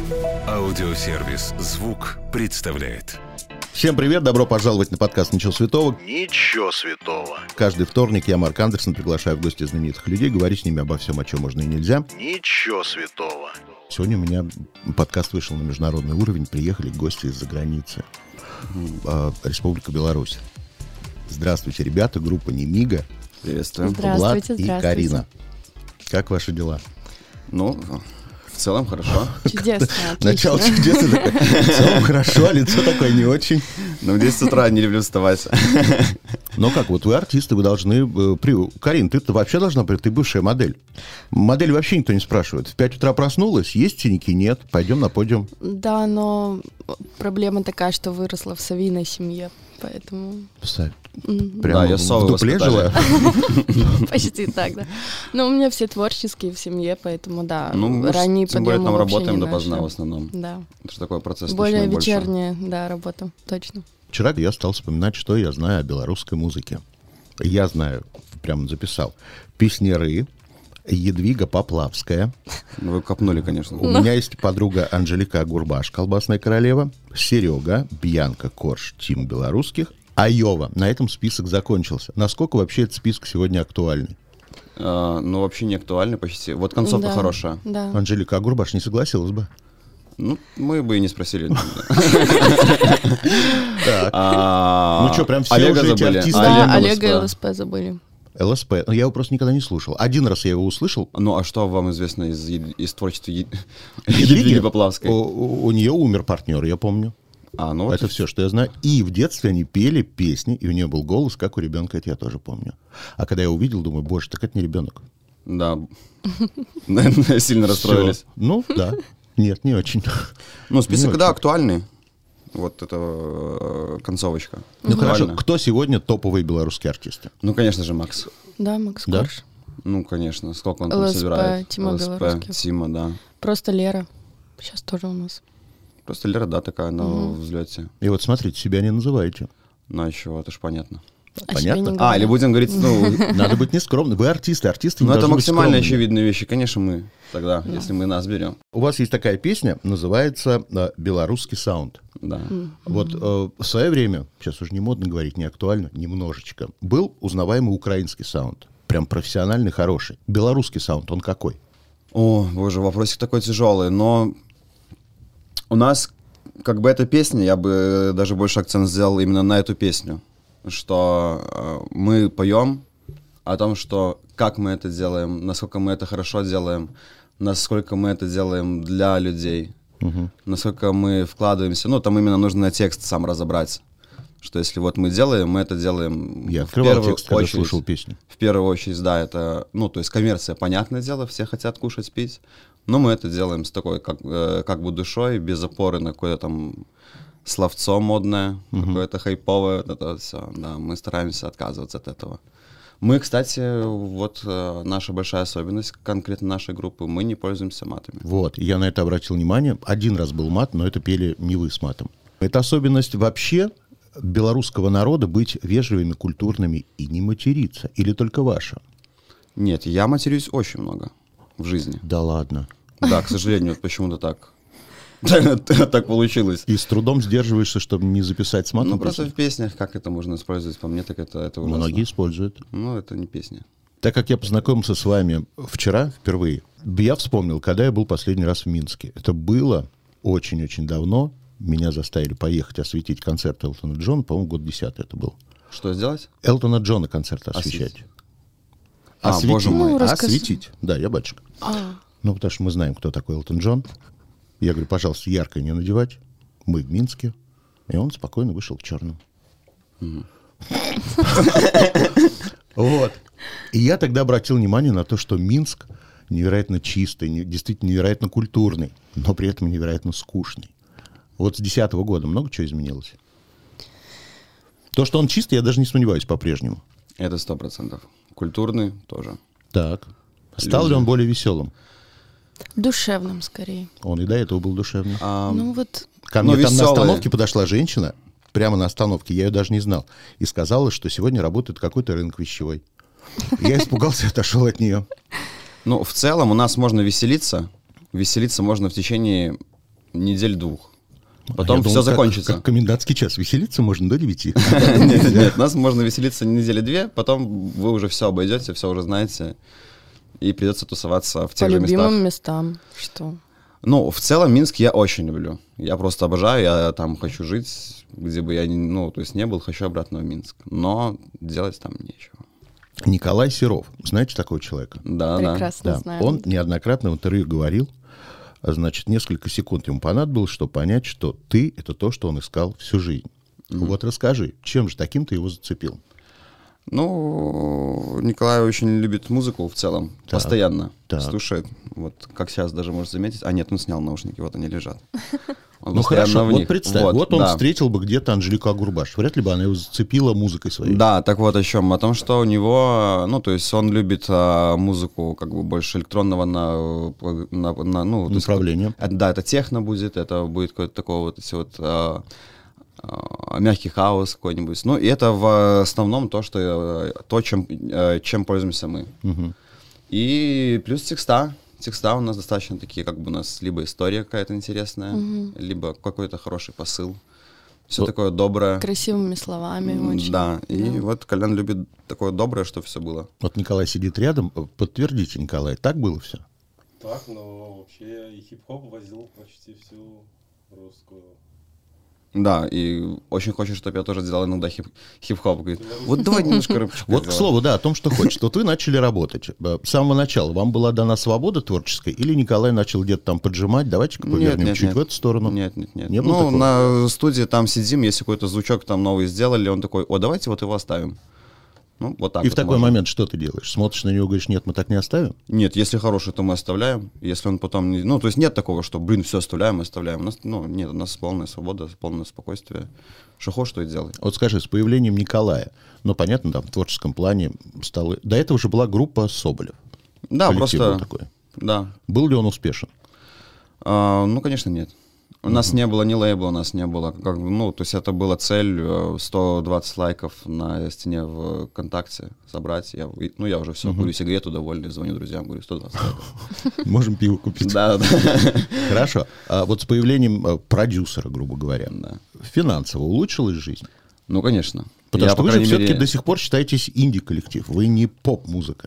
Аудиосервис «Звук» представляет. Всем привет, добро пожаловать на подкаст «Ничего святого». Ничего святого. Каждый вторник я, Марк Андерсон, приглашаю в гости знаменитых людей, говорить с ними обо всем, о чем можно и нельзя. Ничего святого. Сегодня у меня подкаст вышел на международный уровень, приехали гости из-за границы. Республика Беларусь. Здравствуйте, ребята, группа Немига. Приветствуем. Влад и Карина. Как ваши дела? Ну, в целом хорошо. Чудесно, отлично. Начало чудесно. В целом хорошо, а лицо такое не очень. Но в 10 утра не люблю вставать. Но как, вот вы артисты, вы должны... Карин, ты вообще должна быть, ты бывшая модель. Модель вообще никто не спрашивает. В 5 утра проснулась, есть синяки? Нет. Пойдем на подиум. Да, но проблема такая, что выросла в совиной семье, поэтому... Представь. Прямо да, я в дупле жила. Почти так, да. Но у меня все творческие в семье, поэтому да. Ну, ранние тем более там работаем не допоздна наши. в основном. Да. Это же такой процесс. Более больше. вечерняя, да, работа, точно. Вчера я стал вспоминать, что я знаю о белорусской музыке. Я знаю, прямо записал, песняры, Едвига Поплавская. Ну, вы копнули, конечно. У меня есть подруга Анжелика Гурбаш, колбасная королева, Серега, Бьянка Корж, Тим Белорусских, Айова. На этом список закончился. Насколько вообще этот список сегодня актуальный? Ну, вообще не актуальный почти. Вот концовка хорошая. Да. Анжелика Гурбаш не согласилась бы? Ну, мы бы и не спросили. Ну что, прям все Олега уже эти забыли. артисты? Да, Олега и ЛСП забыли. ЛСП. Я его просто никогда не слушал. Один раз я его услышал. Ну, а что вам известно из творчества Едвиги Едвиги Поплавской? У нее умер партнер, я помню. Ну, вот это все, что я знаю. И в детстве они пели песни, и у нее был голос, как у ребенка, это я тоже помню. А когда я увидел, думаю, боже, так это не ребенок. Да. Наверное, сильно расстроились. Ну, да. Нет, не очень. Ну, список, да, актуальный. Вот это концовочка. Ну, хорошо. Кто сегодня топовые белорусские артисты? Ну, конечно же, Макс. Да, Макс Да? Корж. Ну, конечно. Сколько он там ЛСП, собирает? Тима Белорусских. Тима, да. Просто Лера. Сейчас тоже у нас. Просто Лера, да, такая на взлете. И вот смотрите, себя не называете. Ну, а чего, это ж понятно. Понятно? Или будем говорить, ну... Надо быть нескромным. Вы артисты не Ну, это должны быть максимально скромными. очевидные вещи. Конечно, мы тогда, если мы нас берем. У вас есть такая песня, называется «Белорусский саунд». Да. Вот в свое время, сейчас уже не модно говорить, не актуально, немножечко, был узнаваемый украинский саунд. Прям профессиональный, хороший. Белорусский саунд, он какой? О, боже, вопросик такой тяжелый, но у нас, как бы эта песня, я бы даже больше акцент сделал именно на эту песню, что мы поем о том, что как мы это делаем, насколько мы это хорошо делаем, насколько мы это делаем для людей, насколько мы вкладываемся. Ну, там именно нужно текст сам разобрать, что если вот мы делаем, мы это делаем Я в первую текст, когда очередь. слушал песню. В первую очередь, да, это, ну, то есть коммерция, понятное дело, все хотят кушать, пить, но мы это делаем с такой, как бы душой, без опоры на какое-то там словцо модное, какое-то хайповое, вот это все, да, мы стараемся отказываться от этого. Мы, кстати, вот наша большая особенность, конкретно нашей группы, мы не пользуемся матами. Вот, я на это обратил внимание. Один раз был мат, но это пели не вы с матом. Это особенность вообще белорусского народа быть вежливыми, культурными и не материться. Или только ваша? Нет, я матерюсь очень много в жизни. Да ладно. Да, к сожалению, вот почему-то так. Так получилось. И с трудом сдерживаешься, чтобы не записать с матом? Ну, просто в песнях, как это можно использовать, по мне, так это ужасно. Многие используют. Ну, это не песня. Так как я познакомился с вами вчера, впервые, я вспомнил, когда я был последний раз в Минске. Это было очень-очень давно. Меня заставили поехать осветить концерт Элтона Джона, по-моему, год 10-й это был. Что сделать? Элтона Джона концерт освещать. Боже мой. Осветить. Да, я батюшка. Ну, потому что мы знаем, кто такой Элтон Джон. Я говорю, пожалуйста, яркое не надевать. Мы в Минске. И он спокойно вышел в черном. Вот. И я тогда обратил внимание на то, что Минск невероятно чистый, действительно невероятно культурный, но при этом невероятно скучный. Вот с 2010 года много чего изменилось. То, что он чистый, я даже не сомневаюсь по-прежнему. Это 100%. Культурный тоже. Так. Стал ли он более веселым? Душевным, скорее. Он и до этого был душевным. Ну вот... Ко мне там на остановке подошла женщина, прямо на остановке, я ее даже не знал, и сказала, что сегодня работает какой-то рынок вещевой. Я испугался и отошел от нее. Ну, в целом у нас можно веселиться. Веселиться можно в течение недель 2. Потом Я все думал, закончится. Как комендантский час. Веселиться можно до 9. Нет, нас можно веселиться недели 2, потом вы уже все обойдете, все уже знаете, и придется тусоваться в тех По же местах. любимым местам. Что? Ну, в целом Минск я очень люблю. Я просто обожаю, я там хочу жить, где бы я не был, хочу обратно в Минск. Но делать там нечего. Николай Серов. Знаете такого человека? Да. Прекрасно Да. знаю. Он неоднократно в интервью говорил, значит, несколько секунд ему понадобилось, чтобы понять, что ты — это то, что он искал всю жизнь. Вот расскажи, чем же таким ты его зацепил? Ну, Николай очень любит музыку в целом, Так, постоянно так. слушает. Вот как сейчас даже можешь заметить. А нет, он снял наушники, вот они лежат. Он Ну постоянно хорошо, в вот них. представь, вот он да. встретил бы где-то Анжелику Агурбаш. Вряд ли бы она его зацепила музыкой своей. Да, так вот о чем. О том, что у него, ну, то есть он любит музыку как бы больше электронного ну, то есть, Направление. да, это техно будет, это будет какой-то такой вот, эти вот мягкий хаос какой-нибудь. Ну, и это в основном то, чем пользуемся мы. Мгм. И плюс текста. Текста у нас достаточно такие, как бы у нас либо история какая-то интересная, либо какой-то хороший посыл. Все Вот. такое доброе. Красивыми словами очень. Да, и вот Колян любит такое доброе, что все было. Вот Николай сидит рядом. Подтвердите, Николай, так было все? Так, но вообще и хип-хоп возил почти всю русскую. Да, и очень хочет, чтобы я тоже сделал иногда хип-хоп. Говорит, вот давай немножко рэпчика Вот, к сделаем. слову, да, о том, что хочет. Вот вы начали работать. С самого начала вам была дана свобода творческая, или Николай начал где-то там поджимать? Давайте-ка повернем чуть в эту сторону. Нет. Не было Ну, такого? на студии там сидим, если какой-то звучок там новый сделали, он такой, давайте вот его оставим. Ну, вот так И вот в такой можно. момент что ты делаешь? Смотришь на него, говоришь, нет, мы так не оставим? Нет, если хороший, то мы оставляем. Если он потом... Ну, то есть нет такого, что, все оставляем. У нас, нет, у нас полная свобода, полное спокойствие. Что хочешь, то и делай. Вот скажи, с появлением Николая, ну, понятно, там, в творческом плане стало... До этого же была группа Соболев. Да, Коллектив просто... был такой. Да. Был ли он успешен? Ну, конечно, нет. У нас не было ни лейбла, у нас не было... то есть это была цель 120 лайков на стене в ВКонтакте собрать. Я уже все, курю сигарету довольный, звоню друзьям, говорю, 120 лайков. Можем пиво купить. Да. Хорошо. А вот с появлением продюсера, грубо говоря, Да. финансово улучшилась жизнь? Ну, конечно. Потому Я, что по вы же крайней все-таки мере, до сих пор считаетесь инди-коллектив, вы не поп-музыка.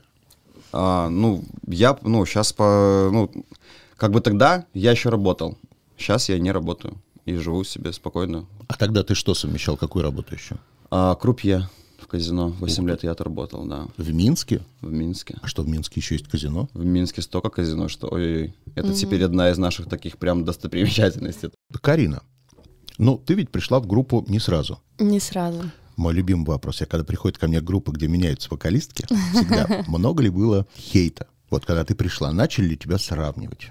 Сейчас как бы тогда я еще работал. Сейчас я не работаю и живу себе спокойно. А тогда ты что совмещал, какую работу еще? Крупье в казино. 8 лет я отработал, да, В Минске? в Минске. А что, в Минске еще есть казино? В Минске столько казино, что ой-ой-ой. Это теперь одна из наших таких прям достопримечательностей. Карина, ну, ты ведь пришла в группу не сразу. Не сразу. Мой любимый вопрос. Я когда приходит ко мне группа, где меняются вокалистки, всегда много ли было хейта? Вот когда ты пришла, начали ли тебя сравнивать?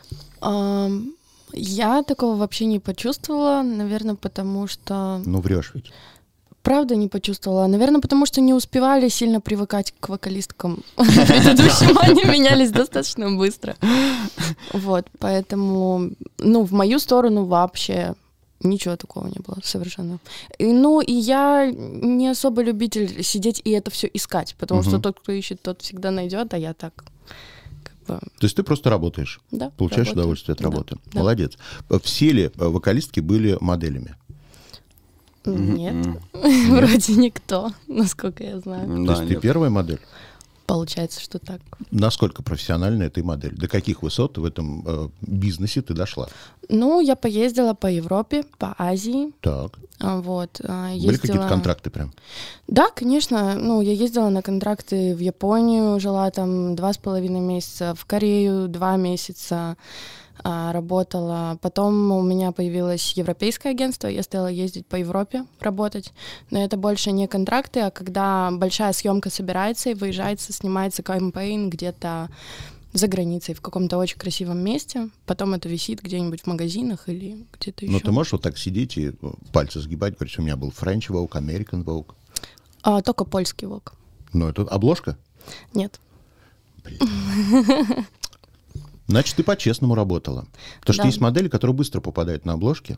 Я такого вообще не почувствовала, наверное, потому что... Ну, врешь ведь. Правда не почувствовала. Наверное, потому что не успевали сильно привыкать к вокалисткам предыдущим. Они менялись достаточно быстро. Вот, поэтому, в мою сторону вообще ничего такого не было совершенно. И я не особо любитель сидеть и это все искать, потому что тот, кто ищет, тот всегда найдет, а я так То есть ты просто работаешь, да, получаешь работаю. удовольствие от Да, работы. да. Молодец. Все ли вокалистки были моделями? Нет, вроде никто, насколько я знаю. То Да, есть ты нет. первая модель? Получается, что так. Насколько профессиональная ты модель? До каких высот в этом бизнесе ты дошла? Я поездила по Европе, по Азии. Так. Вот. Были какие-то контракты прям? Да, конечно. Я ездила на контракты в Японию, жила там 2,5 месяца, в Корею 2 месяца работала. Потом у меня появилось европейское агентство, я стала ездить по Европе работать. Но это больше не контракты, а когда большая съемка собирается и выезжается, снимается кампейн где-то за границей, в каком-то очень красивом месте. Потом это висит где-нибудь в магазинах или где-то еще. Ну, ты можешь вот так сидеть и пальцы сгибать, говорить, у меня был French Vogue, American Vogue. Только польский вок. Ну, это обложка? Нет. Значит, ты по-честному работала. Потому что Да. есть модели, которые быстро попадают на обложки.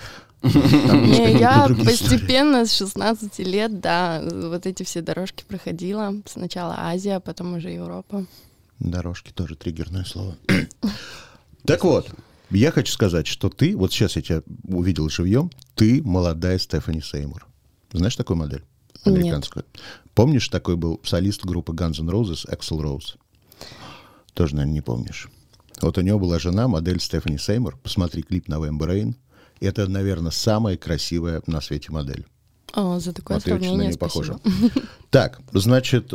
Я постепенно с 16 лет, да, вот эти все дорожки проходила. Сначала Азия, потом уже Европа. Дорожки тоже триггерное слово. Так вот, Я хочу сказать, что ты, вот сейчас я тебя увидел живьем, ты молодая Стефани Сеймур. Знаешь такую модель? Американскую. Нет. Помнишь, такой был солист группы Guns N' Roses Эксел Роуз? Тоже, наверное, не помнишь. Вот у него была жена, модель Стефани Сеймур. Посмотри клип «November Rain». Это, наверное, самая красивая на свете модель. О, за такое сравнение спасибо. Так, значит,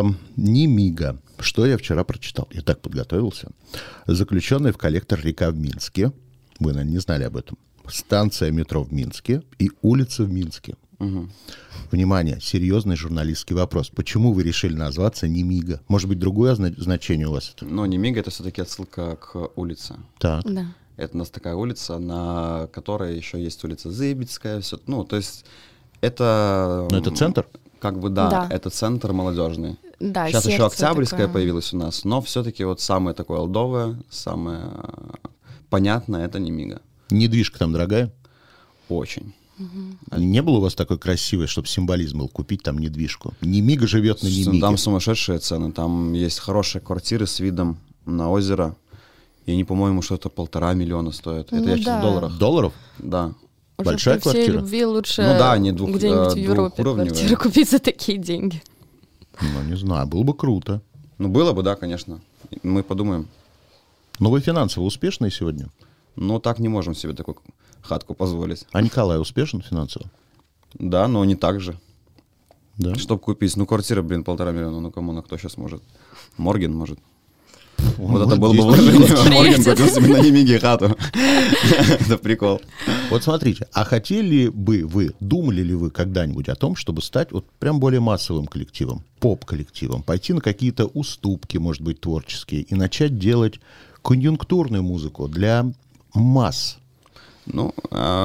Немига. Что я вчера прочитал? Я так подготовился. Заключенный в коллектор река в Минске. Вы, наверное, не знали об этом. Станция метро в Минске и улица в Минске. Угу. Внимание, серьезный журналистский вопрос. Почему вы решили назваться Немига? Может быть, другое значение у вас? Но Немига — это все-таки отсылка к улице. Так. Да. Это у нас такая улица, на которой еще есть улица Зыбицкая. Все, ну, то есть это... Но это центр? Как бы, да, это центр молодежный. Да, сейчас еще Октябрьская такое появилась у нас, но все-таки вот самое такое олдовое, самое понятное — это Немига. Недвижка там дорогая? Очень. Угу. Не было у вас такой красивой, чтобы символизм был, купить там недвижку? Немига живет на Немиге. Там сумасшедшие цены, там есть хорошие квартиры с видом на озеро, и они, по-моему, что-то 1,5 миллиона стоят. Это я сейчас в долларах. Долларов? Да. Уже большая квартира? Всей любви лучше не где-нибудь в Европе квартиру купить за такие деньги. Ну, не знаю, было бы круто. Ну, было бы, да, конечно. Мы подумаем. Но вы финансово успешные сегодня? Ну, так не можем себе такую хатку позволить. А Николай успешен финансово? Да, но не так же. Да? Чтобы купить, квартира, 1,5 миллиона, ну, кому, кто сейчас может? Морген может. Вот это было бы вложение. Морген купил себе на Немиге хату. Это прикол. Вот смотрите, а хотели бы вы, думали ли вы когда-нибудь о том, чтобы стать вот прям более массовым коллективом, поп-коллективом, пойти на какие-то уступки, может быть, творческие, и начать делать конъюнктурную музыку для масс? Ну,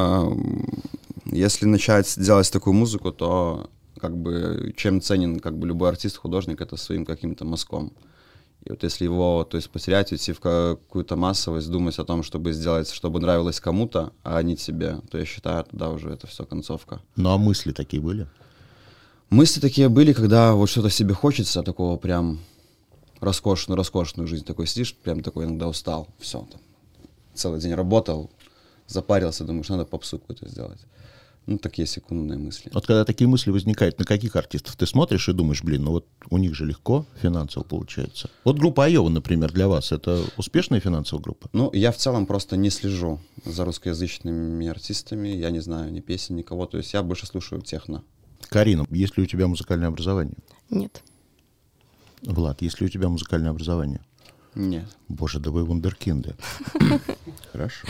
если начать делать такую музыку, то как бы чем ценен как бы любой артист, художник, это своим каким-то мазком. И вот если его, то есть потерять, уйти в какую-то массовость, думать о том, чтобы сделать, чтобы нравилось кому-то, а не тебе, то я считаю, тогда уже это все концовка. Ну а мысли такие были? Мысли такие были, когда вот что-то себе хочется, такого прям роскошную жизнь такой сидишь, прям такой иногда устал, все, там, целый день работал, запарился, думаешь, надо попсу какую-то сделать. Ну, такие секундные мысли. Вот когда такие мысли возникают, на каких артистов ты смотришь и думаешь, блин, ну вот у них же легко финансово получается. Вот группа Айова, например, для вас, это успешная финансовая группа? Ну, я в целом просто не слежу за русскоязычными артистами, я не знаю ни песен, никого, то есть я больше слушаю техно. Карина, есть ли у тебя музыкальное образование? Нет. Влад, есть ли у тебя музыкальное образование? Нет. Боже, да вы вундеркинды. Хорошо.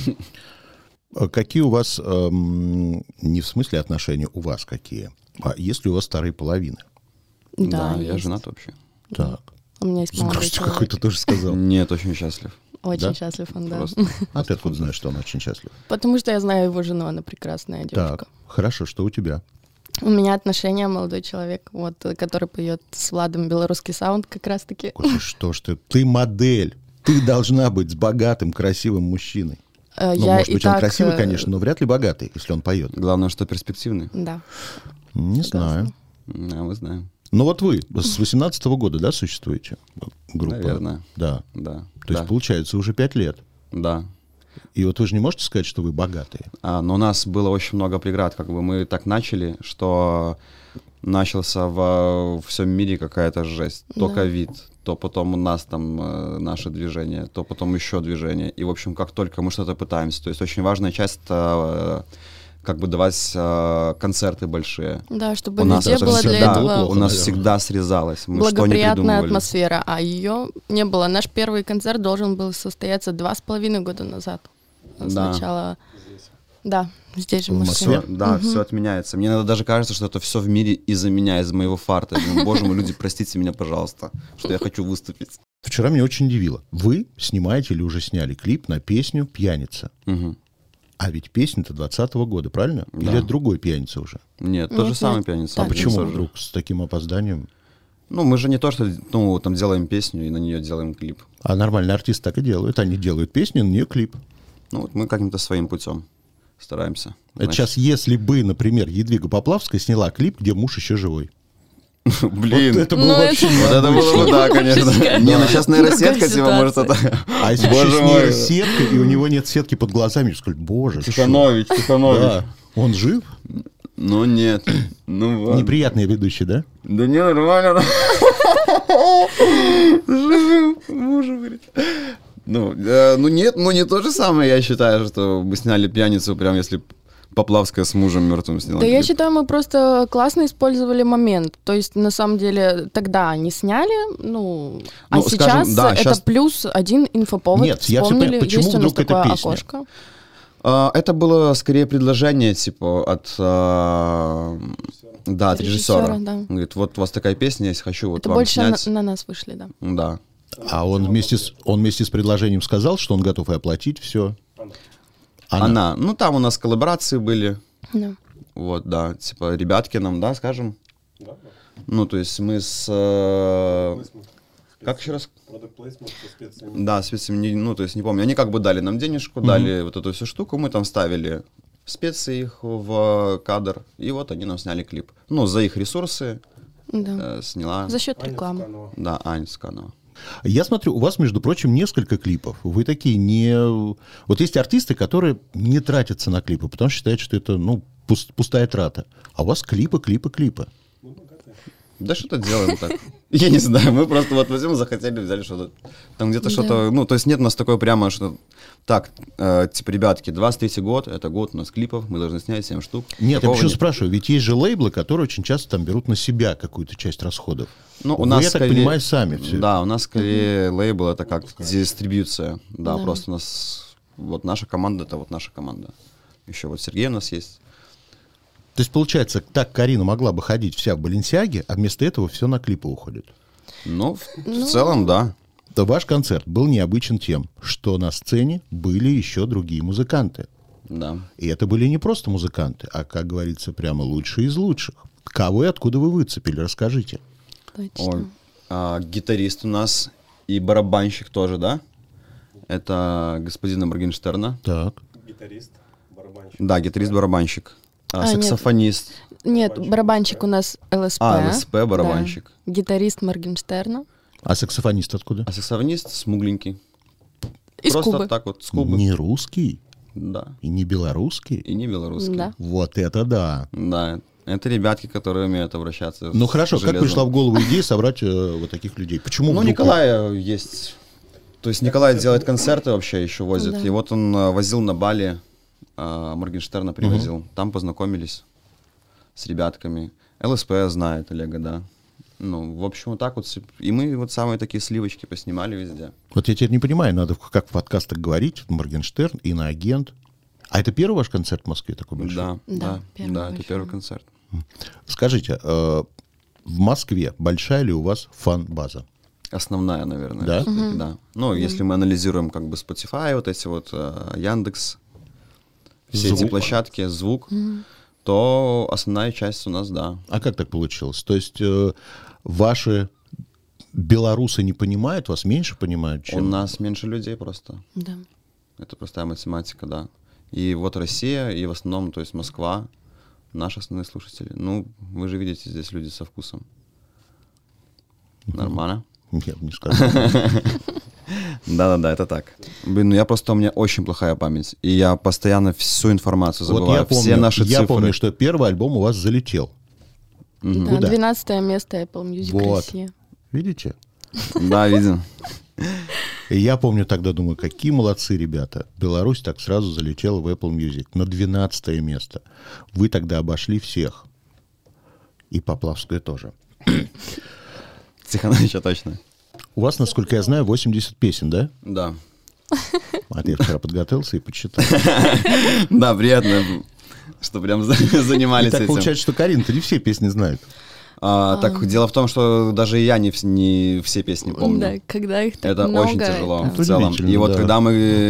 Какие у вас, не в смысле отношения, у вас какие, а есть ли у вас вторые половины? Да, я женат вообще. Так. У меня есть молодой человек. Какой-то тоже сказал. Нет, очень счастлив. Очень счастлив он, да. А ты откуда знаешь, что он очень счастлив? Потому что я знаю его жену, она прекрасная девушка. Так, хорошо, что у тебя? У меня отношения, молодой человек, вот, который поет с Владом белорусский саунд как раз-таки. Что ж ты модель, ты должна быть с богатым, красивым мужчиной. Ну, может быть, он красивый, конечно, но вряд ли богатый, если он поет. Главное, что перспективный. Да. Не знаю. Да, мы знаем. Ну вот вы с 18-го года, да, существуете? Группа? Наверное. Да. Да. То есть, получается, уже 5 лет. Да. И вот вы же не можете сказать, что вы богатые? Но у нас было очень много преград. Как бы мы так начали, что начался во всем мире какая-то жесть. То ковид, то потом у нас там наше движение, то потом еще движение. И, в общем, как только мы что-то пытаемся. То есть очень важная часть как бы давать концерты большие. Да, чтобы везде было для этого у нас всегда срезалось. Мы благоприятная атмосфера, а ее не было. Наш первый концерт должен был состояться 2,5 года назад. Сначала... Да, здесь же в Москве. Да, все отменяется. Мне иногда даже кажется, что это все в мире из-за меня, из-за моего фарта. Я думаю, боже мой, люди, простите меня, пожалуйста, что я хочу выступить. Вчера меня очень удивило. Вы снимаете или уже сняли клип на песню «Пьяница». Угу. А ведь песня-то 20-го года, правильно? Да. Или это другой «Пьяница» уже? Нет, тот же самый «Пьяница». А почему вдруг с таким опозданием? Ну, мы же не то, что там делаем песню и на нее делаем клип. А нормальные артисты так и делают. Они делают песню, на нее клип. Ну, вот мы каким-то своим путем стараемся. Это сейчас, если бы, например, Едвига Поплавская сняла клип, где муж еще живой. Блин, Вот это было Ну, вообще это- вот это было бы, да, конечно. Не, ну сейчас нейросетка, типа, может, ситуация. это... А если Боже еще с мой. нейросеткой, и у него нет сетки под глазами, я скажу, боже, что? Тиханович. Да. Он жив? Ну, нет. Ну, ладно. Неприятный ведущий, да? Да не, нормально. Мужа, говорит. Ну, нет, ну не то же самое, я считаю, что мы сняли «Пьяницу», прям если Поплавская с мужем мертвым сняла. Да я клип. считаю, мы просто классно использовали момент. То есть, на самом деле, тогда они сняли, а Ну, сейчас скажем, да, это щас- плюс один инфоповод. Нет, я всё Вспомнили, понимаю, почему есть у нас вдруг эта такое песня? окошко. Это было скорее предложение, типа, от Режиссера, режиссера. да. Он говорит, вот у вас такая песня есть, хочу вот Это вам больше снять. на нас вышли, да. Да. А он вместе с предложением сказал, что он готов и оплатить все. Она. Ну, там у нас коллаборации были. Да. Вот, да. Типа, ребятки нам, да, скажем? Да, да. Ну, то есть мы с... Плейсмент. Как еще раз? Продукт плейсмент со специями. Да, специями, ну, то есть не помню. Они как бы дали нам денежку, дали вот эту всю штуку, мы там ставили специи их в кадр, и вот они нам сняли клип. Ну, за их ресурсы Да. сняла, За счет Аня рекламы. Цуканова. да, Аня Цуканова. Я смотрю, у вас, между прочим, несколько клипов. Вы такие не... Вот есть артисты, которые не тратятся на клипы, потому что считают, что это, пустая трата. А у вас клипы. Мы богатые. Да что-то делаем так. Я не знаю, мы просто вот возьмем, захотели, взяли что-то. Там где-то Да. что-то, ну, то есть нет у нас такое прямо, что... Так, типа, ребятки, 23-й год, это год у нас клипов, мы должны снять 7 штук. Нет, я Такого почему нет. спрашиваю, ведь есть же лейблы, которые очень часто там берут на себя какую-то часть расходов. Ну, Вы, я так понимаю, сами все. Да, у нас скорее лейбл это как дистрибьюция. Да, Да. просто у нас вот наша команда, это вот наша команда. Еще вот Сергей у нас есть. То есть, получается, так Карина могла бы ходить вся в Баленсиаге, а вместо этого все на клипы уходит. Ну, в целом, да. То ваш концерт был необычен тем, что на сцене были еще другие музыканты. Да. И это были не просто музыканты, а, как говорится, прямо лучшие из лучших. Кого и откуда вы выцепили, расскажите. Точно. Ой, гитарист у нас и барабанщик тоже, да? Это господина Моргенштерна. Так. Гитарист, барабанщик. Да, гитарист-барабанщик. А, нет. Саксофонист. Нет, барабанщик у нас ЛСП. ЛСП барабанщик. Да. Гитарист Моргенштерна. А саксофонист откуда? А саксофонист смугленький. Из Просто Кубы. так вот, с Кубы. Не русский Да. и не белорусский. И не белорусский. Да. Вот это да. Да. Это ребятки, которые умеют обращаться Ну с хорошо, как железом. пришла в голову идея собрать вот таких людей? Почему Ну, вдруг- Николай есть. То есть Николай делает концерты вообще еще возит. Да. И вот он возил на Бали, Моргенштерна привозил. Там познакомились с ребятками. ЛСП знает Олега, да. Ну, в общем, вот так вот. И мы вот самые такие сливочки поснимали везде. Вот я теперь не понимаю, надо как в подкастах говорить, Моргенштерн, иноагент. А это первый ваш концерт в Москве такой большой? Да, Да, да, первый да, это большой. первый концерт. Скажите, в Москве большая ли у вас фан-база? Основная, наверное. Да? Да. Ну, если мы анализируем как бы Spotify, вот эти вот Яндекс, все эти Звук. площадки, звук, то основная часть у нас, да. А как так получилось? То есть ваши белорусы не понимают, вас меньше понимают, чем... У нас меньше людей просто. Да. Это простая математика, да. И вот Россия, и в основном, то есть Москва, наши основные слушатели. Ну, вы же видите, здесь люди со вкусом. Нормально. Я бы не сказал. Да-да-да, это так. Блин, ну у меня очень плохая память. И я постоянно всю информацию Вот забываю. Все наши я цифры. помню, что первый альбом у вас залетел. Да, Куда? 12 место Apple Music Вот. Россия. Видите? Да, видим. И я помню тогда, думаю, какие молодцы ребята. Беларусь так сразу залетела в Apple Music на 12 место. Вы тогда обошли всех. И Поплавская тоже. Тихоновича точно. У вас, насколько я знаю, 80 песен, да? Да. А я вчера подготовился и почитал. Да, приятно, что прям занимались Так этим. получается, что Карина-то не все песни знает. Так, дело в том, что даже я не все песни помню. Да, когда их так Это много, очень тяжело это- в целом. Удивительно, И вот да. когда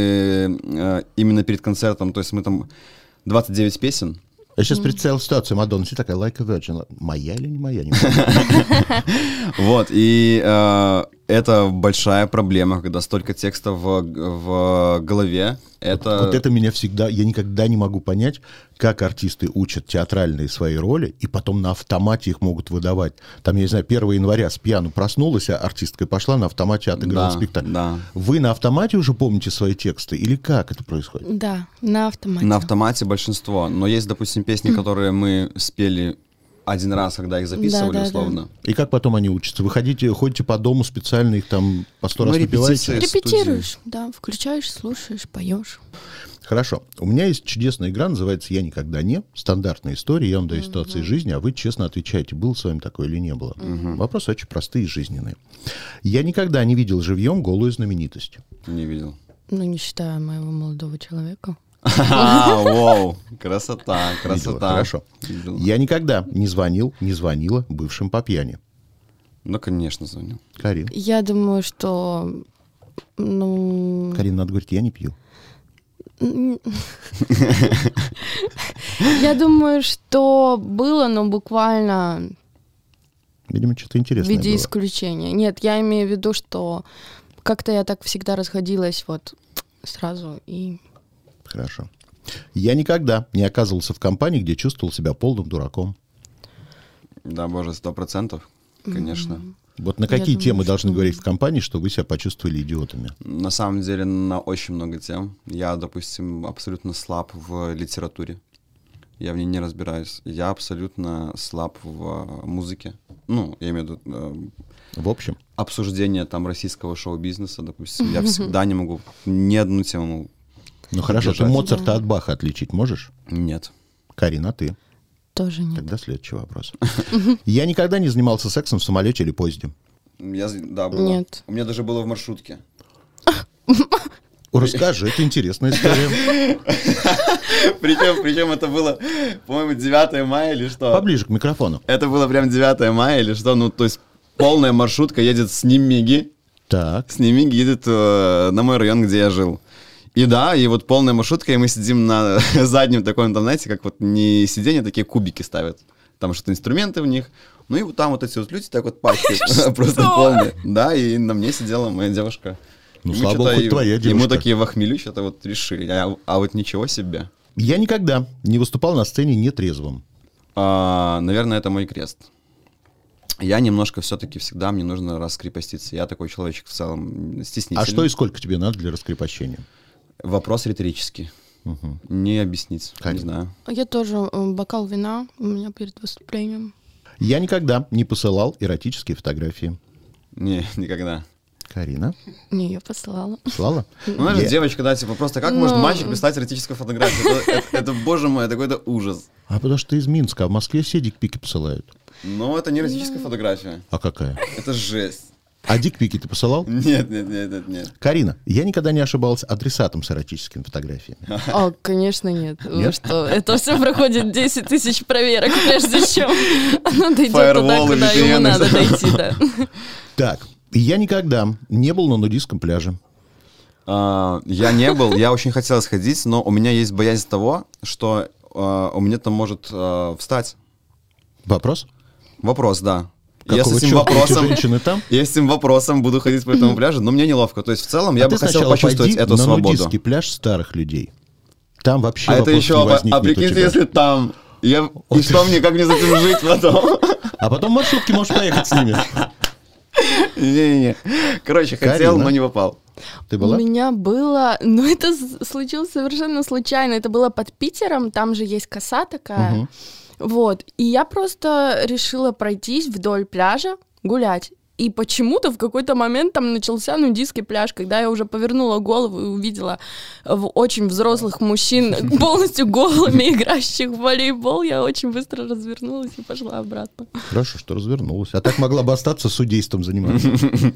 мы именно перед концертом, то есть мы там 29 песен, Я сейчас представил ситуацию. Мадонна сидит такая, like a virgin. Моя или не моя? Не помню. вот, и Это большая проблема, когда столько текста в голове. Вот это меня всегда... Я никогда не могу понять, как артисты учат театральные свои роли, и потом на автомате их могут выдавать. Там, я не знаю, 1 января с пьяну проснулась, а артистка пошла, на автомате отыграла спектакль. Да. Вы на автомате уже помните свои тексты? Или как это происходит? Да, на автомате. На автомате большинство. Но есть, допустим, песни, которые мы спели один раз, когда их записывали, условно. И как потом они учатся? Вы ходите по дому специально, их там по 100 раз напеваете? Репетируешь, да, включаешь, слушаешь, поешь. Хорошо. У меня есть чудесная игра, называется «Я никогда не». Стандартная история, я вам даю ситуации из жизни, а вы честно отвечаете, было с вами такое или не было. Вопросы очень простые и жизненные. Я никогда не видел живьем голую знаменитость. Не видел. Ну, не считая моего молодого человека. Вау, красота. Хорошо. Я никогда не звонила бывшим по пьяни. Ну, конечно, звонил. Карин. Я думаю, что... Карин, надо говорить, я не пью. Я думаю, что было, но буквально... Видимо, что-то интересное в виде было. исключения. Нет, я имею в виду, что как-то я так всегда расходилась вот сразу и... Хорошо. Я никогда не оказывался в компании, где чувствовал себя полным дураком. Да, боже, 100%, конечно. Вот на какие думаю, темы должны что- говорить в компании, что вы себя почувствовали идиотами? На самом деле, на очень много тем. Я, допустим, абсолютно слаб в литературе. Я в ней не разбираюсь. Я абсолютно слаб в музыке. Ну, я имею в виду В общем, обсуждение там российского шоу-бизнеса, допустим. Я всегда не могу ни одну тему... ну хорошо, ты держать. Моцарта от Баха отличить можешь? Нет. Карин, а ты? Тоже нет. Тогда следующий вопрос. Я никогда не занимался сексом в самолете или поезде. Да, было. Нет. У меня даже было в маршрутке. Расскажи, это интересная история. Причем это было, по-моему, 9 мая или что? Поближе к микрофону. Это было прям 9 мая или что? Ну, то есть полная маршрутка едет с Немиги. Так. С Немиги едет на мой район, где я жил. И да, и вот полная маршрутка, и мы сидим на заднем таком, там, знаете, как вот не сиденье, такие кубики ставят. Там что-то инструменты в них. Ну и вот там вот эти вот люди так вот пачкают. Просто полные. Да, и на мне сидела моя девушка. Ну, И мы слава богу, что-то хоть твоя И мы девушка. такие в хмелю что-то вот решили. А вот ничего себе. Я никогда не выступал на сцене нетрезвым. Наверное, это мой крест. Я немножко все-таки всегда, мне нужно раскрепоститься. Я такой человечек в целом стеснительный. А что и сколько тебе надо для раскрепощения? Вопрос риторический. Не объяснить, Карин. не знаю. Я тоже бокал вина у меня перед выступлением. Я никогда не посылал эротические фотографии. Не, никогда. Карина, Не, я послала. слала? Ну, она же Я- девочка, да, типа, просто как может мальчик прислать эротическую фотографию? Это, боже мой, это какой-то ужас. А потому что ты из Минска, а в Москве все дикпики посылают. Но это не эротическая фотография. А какая? Это жесть. А дикпики ты посылал? Нет. Карина, я никогда не ошибался адресатом с эротическими фотографиями. О, конечно, нет. Вы Нет? что, это все проходит 10 тысяч проверок, прежде чем оно дойдет туда, Фаерволы, куда ему VPN. надо дойти, да. Так, я никогда не был на нудистском пляже. Я не был, я очень хотел сходить, но у меня есть боязнь того, что у меня там может встать Вопрос? вопрос, да. Я Какого с этим чёрта? Эти вопросом... женщины там? Я с этим вопросом буду ходить по этому пляжу, но мне неловко. То есть в целом я А бы ты хотел сначала почувствовать пойди эту на свободу. нудистский пляж старых людей. Там вообще А это вопросов еще, не возникнет у прикиньте, тебя. если там... И что мне, как мне с этим жить потом? А потом в маршрутке можешь поехать с ними. Не-не-не. Короче, хотел, Карина? но не попал. Ты У была? меня было, но это случилось совершенно случайно. Это было под Питером, там же есть коса такая. Вот. И я просто решила пройтись вдоль пляжа, гулять. И почему-то в какой-то момент там начался нудистский пляж, когда я уже повернула голову и увидела очень взрослых мужчин, полностью голыми, играющих в волейбол. Я очень быстро развернулась и пошла обратно. Хорошо, что развернулась. А так могла бы остаться судейством заниматься.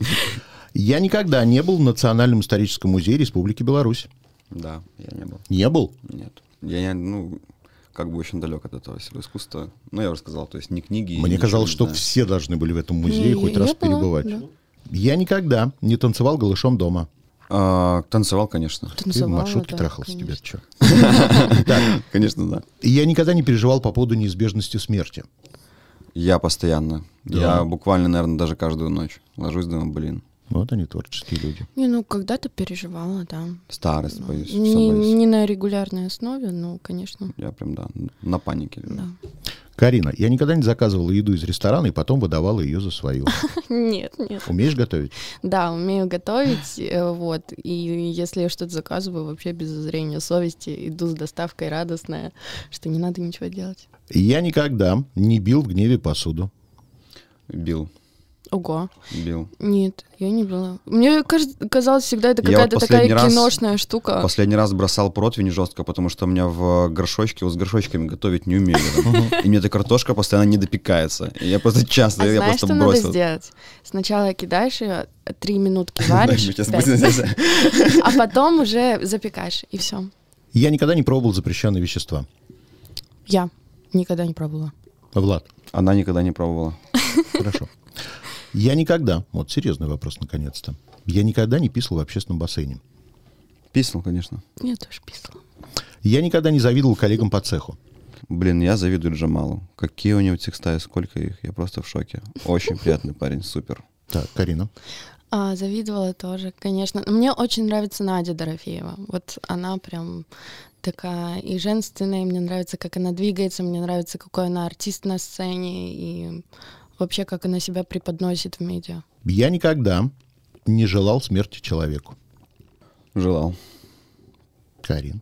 Я никогда не был в Национальном историческом музее Республики Беларусь. Да, я не был. Не был? Нет. Я как бы очень далек от этого всего искусства. Ну, я уже сказал, то есть ни книги... Мне ничего казалось, не что знаю. все должны были в этом музее хоть Я раз была, перебывать. да. Я никогда не танцевал голышом дома. Танцевал, конечно. Ты в Танцевала, маршрутке да, трахался, тебе конечно. что? Конечно, да. И я никогда не переживал по поводу неизбежности смерти. Я постоянно. Да. Я буквально, наверное, даже каждую ночь ложусь, думаю, блин. Вот они, творческие люди. Не, ну, когда-то переживала, да. Старость, боюсь. Всё Не, боюсь. не на регулярной основе, но, конечно, Я прям, да, на панике лежу. да. Карина, я никогда не заказывала еду из ресторана и потом выдавала ее за свою. Нет, нет. Умеешь готовить? Да, умею готовить, вот, и если я что-то заказываю, вообще без зазрения совести, иду с доставкой радостная, что не надо ничего делать. Я никогда не бил в гневе посуду. Бил. Ого. Бил. Нет, я не была. Мне казалось, всегда это Я вот какая-то такая последний раз- киношная штука. Последний раз бросал противень жестко, потому что у меня в горшочке, вот с горшочками готовить не умели. Да? И мне эта картошка постоянно не допекаешь. И я просто часто, А я знаешь, просто что бросил. надо сделать? Сначала кидаешь ее, 3 минутки варишь, Мы сейчас 5, будем- а потом уже запекаешь, и все. Я никогда не пробовал запрещенные вещества. Я никогда не пробовала. Влад, Она никогда не пробовала. хорошо. Я никогда, вот серьезный вопрос наконец-то, я никогда не писал в общественном бассейне. Писал, конечно. Я тоже писала. Я никогда не завидовал коллегам по цеху. Блин, я завидую Джамалу. Какие у него текста и сколько их. Я просто в шоке. Очень приятный парень, супер. Так, Карина. Завидовала тоже, конечно. Мне очень нравится Надя Дорофеева. Вот она прям такая и женственная, и мне нравится, как она двигается, мне нравится, какой она артист на сцене, и вообще, как она себя преподносит в медиа. Я никогда не желал смерти человеку. Желал. Карин.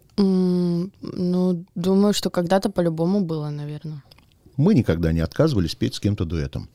Ну, думаю, что когда-то по-любому было, наверное. Мы никогда не отказывались петь с кем-то дуэтом.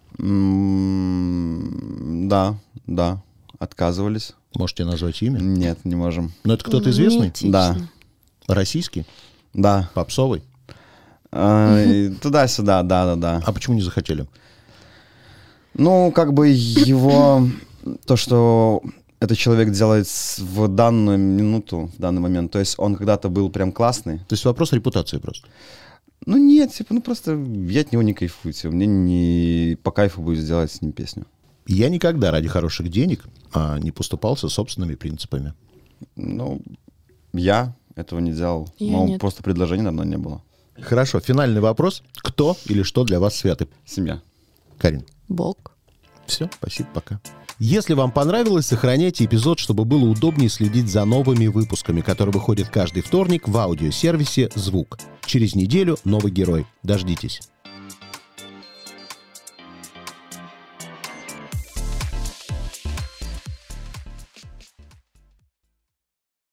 Да, отказывались. Можете назвать имя? Нет, не можем. Но это кто-то известный? Неэтично. Да. Российский? Да. Попсовый? Туда-сюда, да. А почему не захотели? Ну, как бы его... То, что этот человек делает в данную минуту, в данный момент, то есть он когда-то был прям классный. То есть вопрос репутации просто. Ну нет, типа, просто я от него не кайфую. Типа, мне не по кайфу будет сделать с ним песню. Я никогда ради хороших денег не поступался собственными принципами. Ну, я этого не делал. Я нет. Просто предложений, наверное, не было. Хорошо, финальный вопрос. Кто или что для вас святы? Семья. Карин. Бог. Все, спасибо, пока. Если вам понравилось, сохраняйте эпизод, чтобы было удобнее следить за новыми выпусками, которые выходят каждый вторник в аудиосервисе «Звук». Через неделю новый герой. Дождитесь.